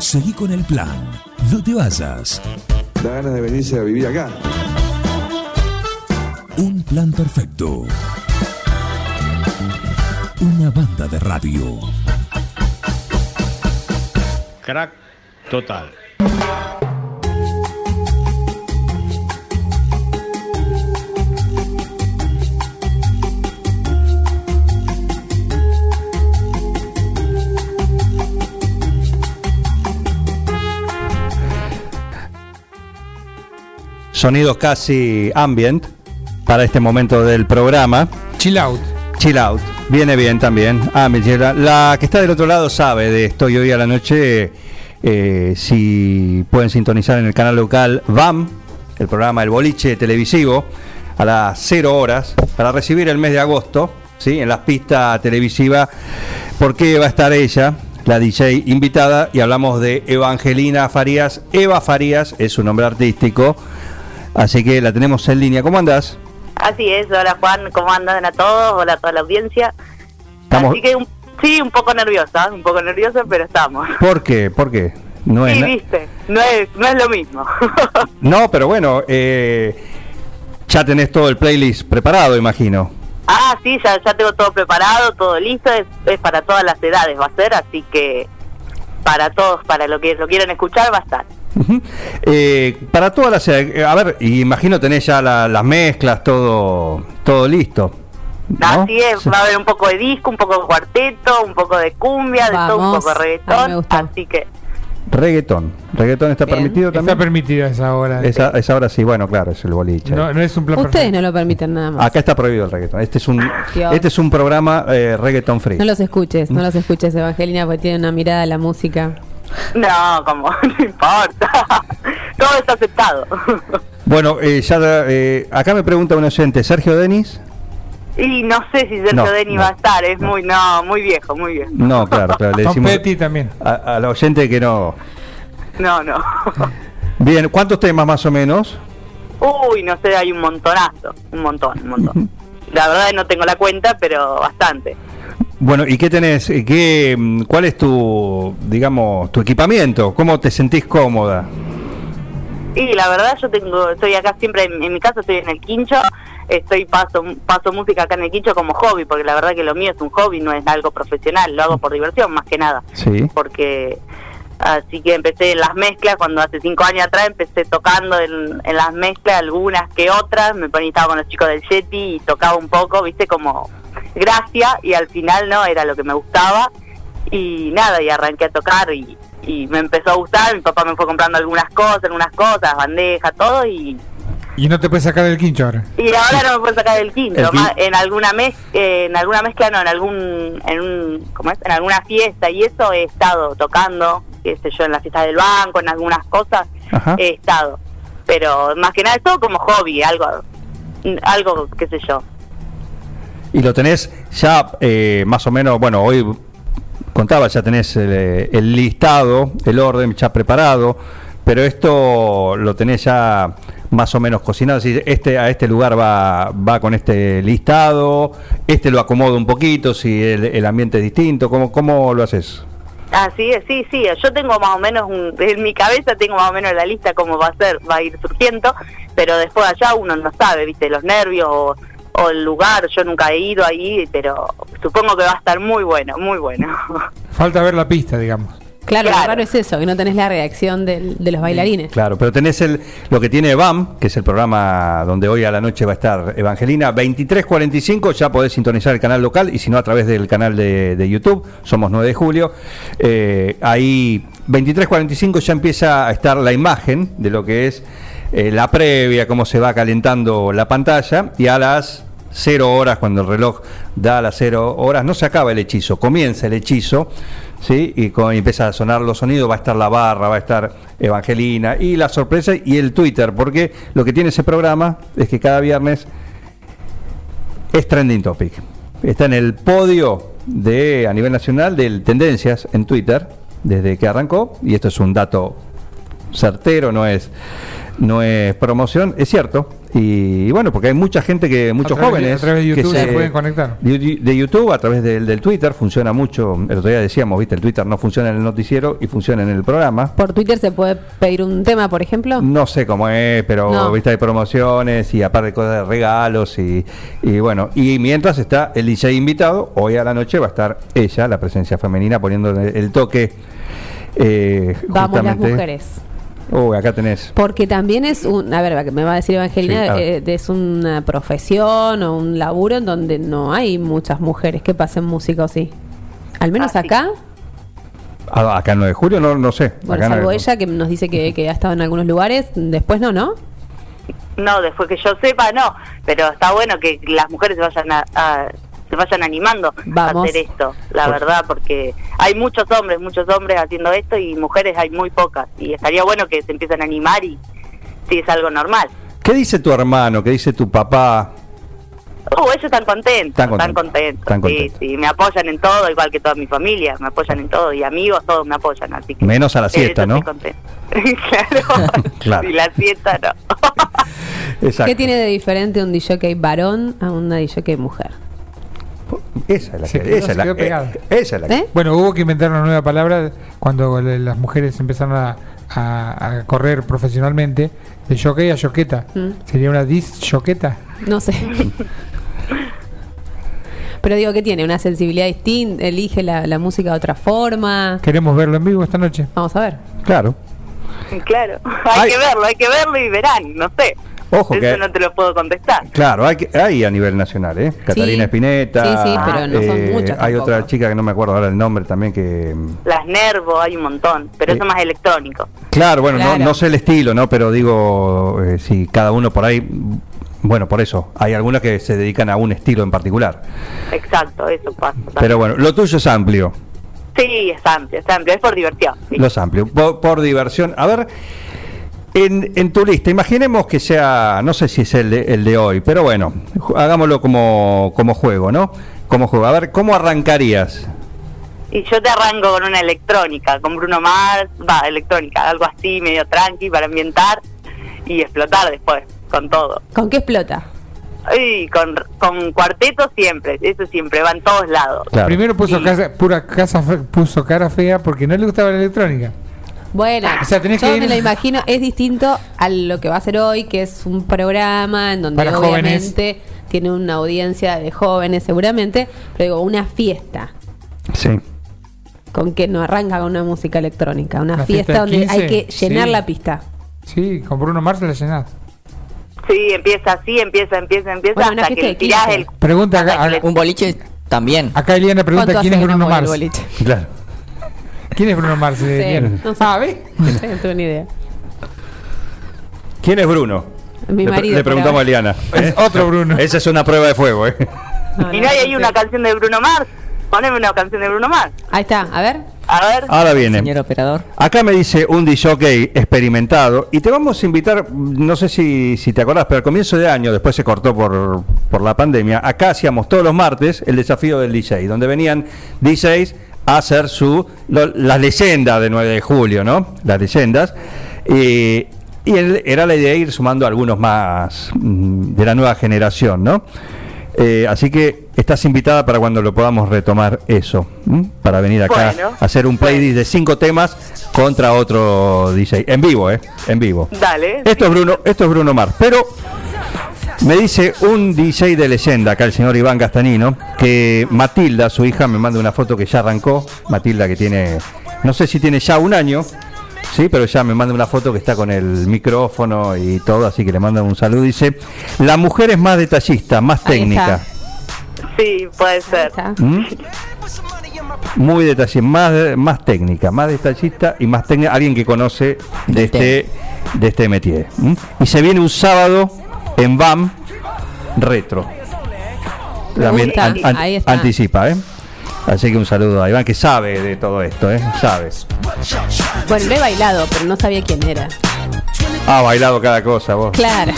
Seguí con el plan. No te vayas. Da ganas de venirse a vivir acá. Un plan perfecto. Una banda de radio. Crack total. Sonidos casi ambient para este momento del programa. Chill out. Chill out. Viene bien también. La que está del otro lado sabe de esto y hoy a la noche, si pueden sintonizar en el canal local VAM, el programa El Boliche televisivo, a las 0 horas, para recibir el mes de agosto, ¿sí? En las pistas televisivas, porque va a estar ella, la DJ invitada, y hablamos de Evangelina Farías. Eva Farías es su nombre artístico. Así que la tenemos en línea. ¿Cómo andás? Así es, hola Juan, ¿cómo andan a todos? Hola a toda la audiencia. ¿Estamos? Así que un poco nerviosa, pero estamos. ¿Por qué? ¿Por qué? No sí, es viste, no es lo mismo. No, pero bueno, ya tenés todo el playlist preparado, imagino. Ah, sí, ya tengo todo preparado, todo listo, es para todas las edades va a ser, así que para todos, para lo que lo quieran escuchar va a estar. Uh-huh. Para todas las, a ver, imagino tenés ya las mezclas, todo listo, ¿no? Así es, va a haber un poco de disco, un poco de cuarteto, un poco de cumbia, de todo, un poco de reggaetón, así que... Reggaetón está bien. Permitido también. Está permitido a esa hora. Esa hora sí, bueno, claro, es el boliche. No es un plan Ustedes perfecto. no lo permiten nada más. Acá está prohibido el reggaetón. Este es un programa reggaetón free. No los escuches, Evangelina, porque tiene una mirada a la música. No, como no importa. Todo está aceptado. Bueno, acá me pregunta un oyente, ¿Sergio Denis? Y no sé si Sergio Denis va a estar, es muy viejo. No, claro, le Tom decimos Petty también. al oyente que no. No. Bien, ¿cuántos temas más o menos? Uy, no sé, hay un montonazo, un montón. La verdad no tengo la cuenta, pero bastante. Bueno, ¿y qué tenés? ¿Cuál es tu equipamiento? ¿Cómo te sentís cómoda? Y la verdad estoy acá siempre en mi casa, estoy en el Quincho, paso música acá en el Quincho como hobby, porque la verdad que lo mío es un hobby, no es algo profesional, lo hago por diversión más que nada. Sí. Así que empecé en las mezclas, cuando hace 5 años atrás empecé tocando en las mezclas, algunas que otras, estaba con los chicos del Yeti y tocaba un poco, viste, como gracia, y al final no, era lo que me gustaba, y nada, y arranqué a tocar y me empezó a gustar, mi papá me fue comprando algunas cosas, bandejas, todo, y no te puedes sacar del Quincho ahora. Y ahora no me puedo sacar del Quincho, en alguna mezcla no, en alguna fiesta y eso he estado tocando, qué sé yo, en la fiesta del banco, en algunas cosas. Ajá. He estado, pero más que nada es todo como hobby, algo qué sé yo. Y lo tenés ya más o menos, bueno, hoy contaba, ya tenés el listado, el orden ya preparado, pero esto lo tenés ya más o menos cocinado, si a este lugar va con este listado, lo acomodo un poquito, si el ambiente es distinto, ¿cómo lo haces? Así es, sí, yo tengo más o menos en mi cabeza tengo más o menos la lista cómo va a ir surgiendo, pero después allá uno no sabe, viste, los nervios o el lugar, yo nunca he ido ahí, pero supongo que va a estar muy bueno. Falta ver la pista, digamos. Claro, lo raro es eso, que no tenés la reacción de los bailarines. Claro, pero tenés lo que tiene BAM, que es el programa donde hoy a la noche va a estar Evangelina, 23:45, ya podés sintonizar el canal local, y si no a través del canal de YouTube, somos 9 de julio, ahí 23:45 ya empieza a estar la imagen de lo que es la previa, cómo se va calentando la pantalla, y a las 0 horas, cuando el reloj da las 0 horas, no se acaba el hechizo, comienza el hechizo, ¿sí? Y empieza a sonar los sonidos, va a estar la barra, va a estar Evangelina, y la sorpresa y el Twitter, porque lo que tiene ese programa es que cada viernes es Trending Topic. Está en el podio a nivel nacional de tendencias en Twitter desde que arrancó, y esto es un dato certero, no es promoción, es cierto, Y bueno, porque hay mucha gente muchos jóvenes a través de YouTube que se pueden conectar. de YouTube, a través del Twitter, funciona mucho. El otro día decíamos, viste, el Twitter no funciona en el noticiero y funciona en el programa. ¿Por Twitter se puede pedir un tema, por ejemplo? No sé cómo es, pero No. viste, hay promociones y aparte cosas de regalos y bueno, y mientras está el DJ invitado, hoy a la noche va a estar ella, la presencia femenina, poniéndole el toque. Vamos las justamente. mujeres. Acá tenés. Porque también es a ver, me va a decir Evangelina, Sí, a ver. es una profesión o un laburo en donde no hay muchas mujeres que pasen música, ¿o sí? Al menos sí. acá, Acá en 9 de julio, no sé. bueno, Acá salvo no- ella que nos dice que ha estado en algunos lugares, después no, ¿no? No, después que yo sepa, no. Pero está bueno que las mujeres se vayan animando Vamos. a hacer esto, la verdad, porque hay muchos hombres haciendo esto y mujeres hay muy pocas. Y estaría bueno que se empiecen a animar y si es algo normal. ¿Qué dice tu hermano? ¿Qué dice tu papá? Ellos están contentos, Están contentos. Sí, me apoyan en todo, igual que toda mi familia, me apoyan en todo, y amigos todos me apoyan, así que... Menos a la siesta, yo ¿no? estoy contenta. Claro, Claro. y la siesta no. Exacto. ¿Qué tiene de diferente un DJ varón a una DJ mujer? Esa es la Se que. quedó- Esa es se la quedó que. pegada. Esa es la que. ¿Eh? Bueno, hubo que inventar una nueva palabra cuando las mujeres empezaron a correr profesionalmente, de jockey a joqueta. ¿Sería una disjoqueta? No sé. Pero digo, ¿qué tiene? ¿Una sensibilidad distinta? ¿Elige la música de otra forma? Queremos verlo en vivo esta noche. Vamos a ver. Claro. Claro, Ay. hay que verlo y verán, no sé. Ojo Eso que. no te lo puedo contestar. Claro, hay a nivel nacional, ¿eh? Catalina Spinetta. Sí, pero no son muchas Hay tampoco. otra chica que no me acuerdo ahora el nombre también que. Las Nervo, hay un montón, pero eso es más electrónico. Claro, bueno, Claro. No sé el estilo, ¿no? Pero digo, si cada uno por ahí. Bueno, por eso. Hay algunas que se dedican a un estilo en particular. Exacto, eso pasa. Pero bueno, lo tuyo es amplio. Sí, es amplio, es por diversión. Sí. Lo es amplio. Por diversión. A ver. En tu lista, imaginemos que sea, no sé si es el de hoy, pero bueno, hagámoslo como juego, ¿no? Como juego. A ver, ¿cómo arrancarías? Y yo te arranco con una electrónica, con Bruno Mars, electrónica, algo así, medio tranqui para ambientar y explotar después, con todo. ¿Con qué explota? Y con cuarteto siempre, eso siempre, va en todos lados. Claro. Primero puso Sí. puso cara fea porque no le gustaba la electrónica. Bueno, O sea, tenés yo que ir- me lo imagino, es distinto a lo que va a ser hoy, que es un programa en donde Para obviamente tiene una audiencia de jóvenes seguramente, pero digo, una fiesta. Sí. ¿Con que no arranca con una música electrónica? Una La fiesta fiesta de donde 15, hay que llenar sí. la pista. Sí, con Bruno Mars la llenás. Sí, empieza así, empieza Bueno, una hasta fiesta que de le tirás 15. el... Pregunta acá, Hasta que Un boliche también. acá Eliana pregunta ¿Cuánto quién hace es que no Bruno voy al Mars. boliche? Claro. ¿Quién es Bruno Mars? Sí, Eliana? no sé. ¿Ves? Sí, no tengo ni idea. ¿Quién es Bruno? Mi marido. Le preguntamos a pero- Eliana. Es otro Bruno. Esa es una prueba de fuego, ¿eh? ¿Y no hay ahí sé. una canción de Bruno Mars? Poneme una canción de Bruno Mars. Ahí está, a ver. A ver. Ahora viene. Señor operador. Acá me dice un DJ experimentado y te vamos a invitar, no sé si te acordás, pero al comienzo de año, después se cortó por la pandemia, acá hacíamos todos los martes el desafío del DJ, donde venían DJs a hacer las leyendas de 9 de julio, ¿no? Las leyendas. Y era la idea de ir sumando algunos más de la nueva generación, ¿no? Así que estás invitada para cuando lo podamos retomar eso, para venir acá Bueno, a hacer un playlist de 5 temas contra otro DJ, en vivo, en vivo. Dale. Esto es Bruno Mars, pero me dice un DJ de leyenda, acá el señor Iván Castanino, que Matilda, su hija, me manda una foto que ya arrancó, Matilda que tiene, no sé si tiene ya un año, sí, pero ya me manda una foto que está con el micrófono y todo, así que le mando un saludo. Dice, la mujer es más detallista, más Ahí técnica. está. Sí, puede Ahí ser. está. Muy detallista, más técnica, más detallista y más técnica, alguien que conoce de este métier. Y se viene un sábado en BAM retro. Me También gusta, ahí está. anticipa, Así que un saludo a Iván que sabe de todo esto, sabe. Bueno, lo he bailado, pero no sabía quién era. Ha bailado cada cosa vos. Claro.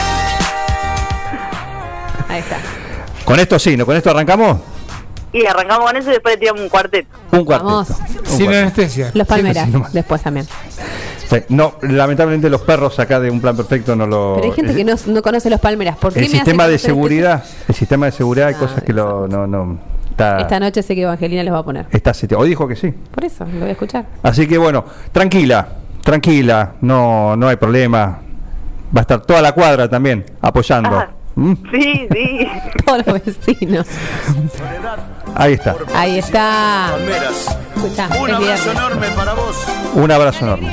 Ahí está. Con esto sí, ¿no? Con esto arrancamos. Y arrancamos con eso y después le tiramos un cuarteto. Un cuarteto. Vamos. Un Sin cuarteto. anestesia. Los Palmeras, Sí, nomás. después también. Sí, no, lamentablemente los perros acá de Un Plan Perfecto no lo... Pero hay gente que no conoce los Palmeras. ¿Por qué El me hace sistema de conocer seguridad, el sistema de seguridad hay Ah, cosas que no está... Esta noche sé que Evangelina les va a poner. Está seteado. Hoy dijo que sí. Por eso, lo voy a escuchar. Así que bueno, tranquila, no hay problema. Va a estar toda la cuadra también apoyando. Ah, sí, sí. Todos los vecinos. Ahí está. Ahí está. Escuchá, Un es abrazo viernes. enorme para vos. Un abrazo enorme.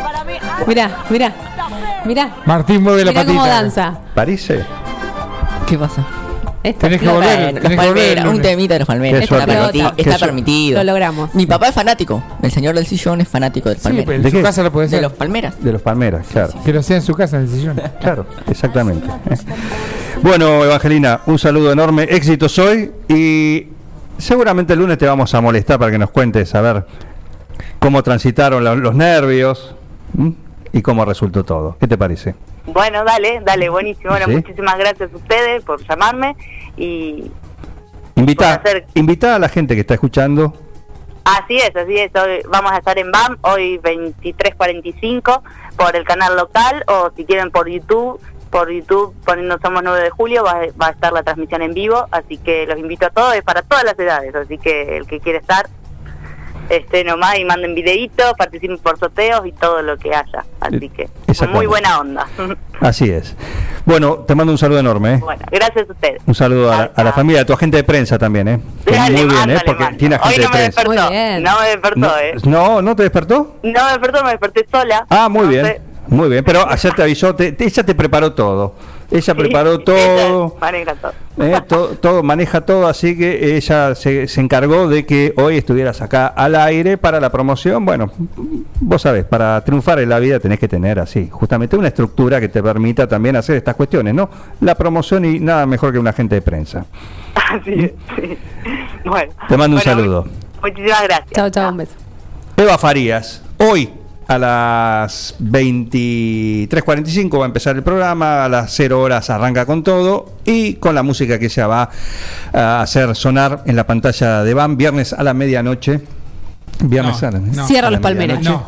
Mirá. Martín mueve la Mirá patita. cómo danza. ¿Parece? ¿Qué pasa? Esto Tenés que lo- volver. Bueno, tenés los que volver el Palmeras, un lunes. temita de los Palmeras. Qué Está, suerte. Qué está suerte. permitido. Lo logramos. Mi papá es fanático. El señor del sillón es fanático del Sí, Palmeras. pero en ¿De su qué? casa lo puede De ser. los Palmeras. De los Palmeras, claro. Que lo sea en su casa, en el sillón. Claro, exactamente. Bueno, Evangelina, un saludo enorme, éxitos hoy y seguramente el lunes te vamos a molestar para que nos cuentes a ver cómo transitaron los nervios y cómo resultó todo. ¿Qué te parece? Bueno, dale, buenísimo. Bueno, ¿Sí? muchísimas gracias a ustedes por llamarme y Invita Por hacer- a la gente que está escuchando. así es. Hoy vamos a estar en BAM, hoy 23:45 por el canal local o si quieren por YouTube poniendo Somos 9 de Julio va a estar la transmisión en vivo, así que los invito a todos, es para todas las edades, así que el que quiere estar nomás y manden videitos, participen por sorteos y todo lo que haya, así que con Exactamente. muy buena onda. Así es. Bueno, te mando un saludo enorme. Bueno, gracias a ustedes. Un saludo a la familia, a tu agente de prensa también. Que Dale, muy bien, mándale, porque mándale. tiene agente Hoy de no me prensa. despertó, Muy bien. no me despertó, No, ¿te despertó? No me despertó, me desperté sola. Ah, muy No bien. sé. Muy bien, pero ayer te avisó, ella te preparó todo. Ella preparó todo. Ella maneja todo. Todo, maneja todo, así que ella se encargó de que hoy estuvieras acá al aire para la promoción. Bueno, vos sabés, para triunfar en la vida tenés que tener así, justamente una estructura que te permita también hacer estas cuestiones, ¿no? La promoción y nada mejor que un agente de prensa. Así es, sí. Bueno. Te mando un saludo. Muchísimas gracias. Chao, un beso. Eva Farías, hoy a las 23:45 va a empezar el programa, a las 0 horas arranca con todo y con la música que ella va a hacer sonar en la pantalla de BAM, viernes a la medianoche. Viernes No, a la no. Cierra a la los Palmeras. medianoche.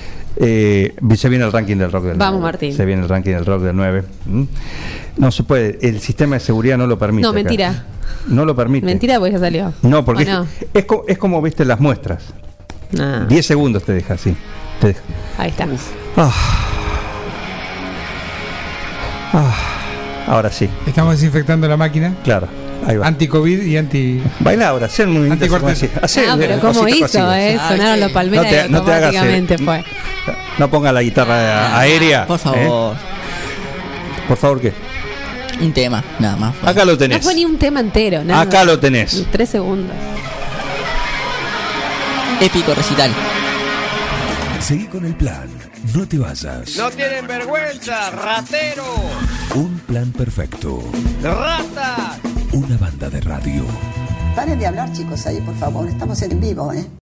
Se viene el ranking del rock del Vamos, 9. Martín. Se viene el ranking del rock del 9. No se puede, el sistema de seguridad no lo permite. No, acá. mentira. No lo permite. Mentira porque ya salió. No, porque ¿O no? es como viste las muestras. Ah, 10 segundos te deja así. Te deja. ahí está. Ahora sí, Estamos desinfectando la máquina. claro. Ahí va. Anti-COVID y anti. Baila ahora, hacer un Anticorteza. Ah, pero ¿cómo hizo? Sonaron los Palmeras y No te hagas, automáticamente fue. No ponga la guitarra aérea. Por favor. Por favor, ¿qué? Un tema, nada más. Acá lo No tenés. fue ni un tema entero, nada. Acá lo tenés. 3 segundos. Épico recital. Seguí con el plan. No te vayas. No tienen vergüenza, ratero, Un plan perfecto. rata. Una banda de radio. Paren de hablar, chicos, ahí, por favor. Estamos en vivo, ¿eh?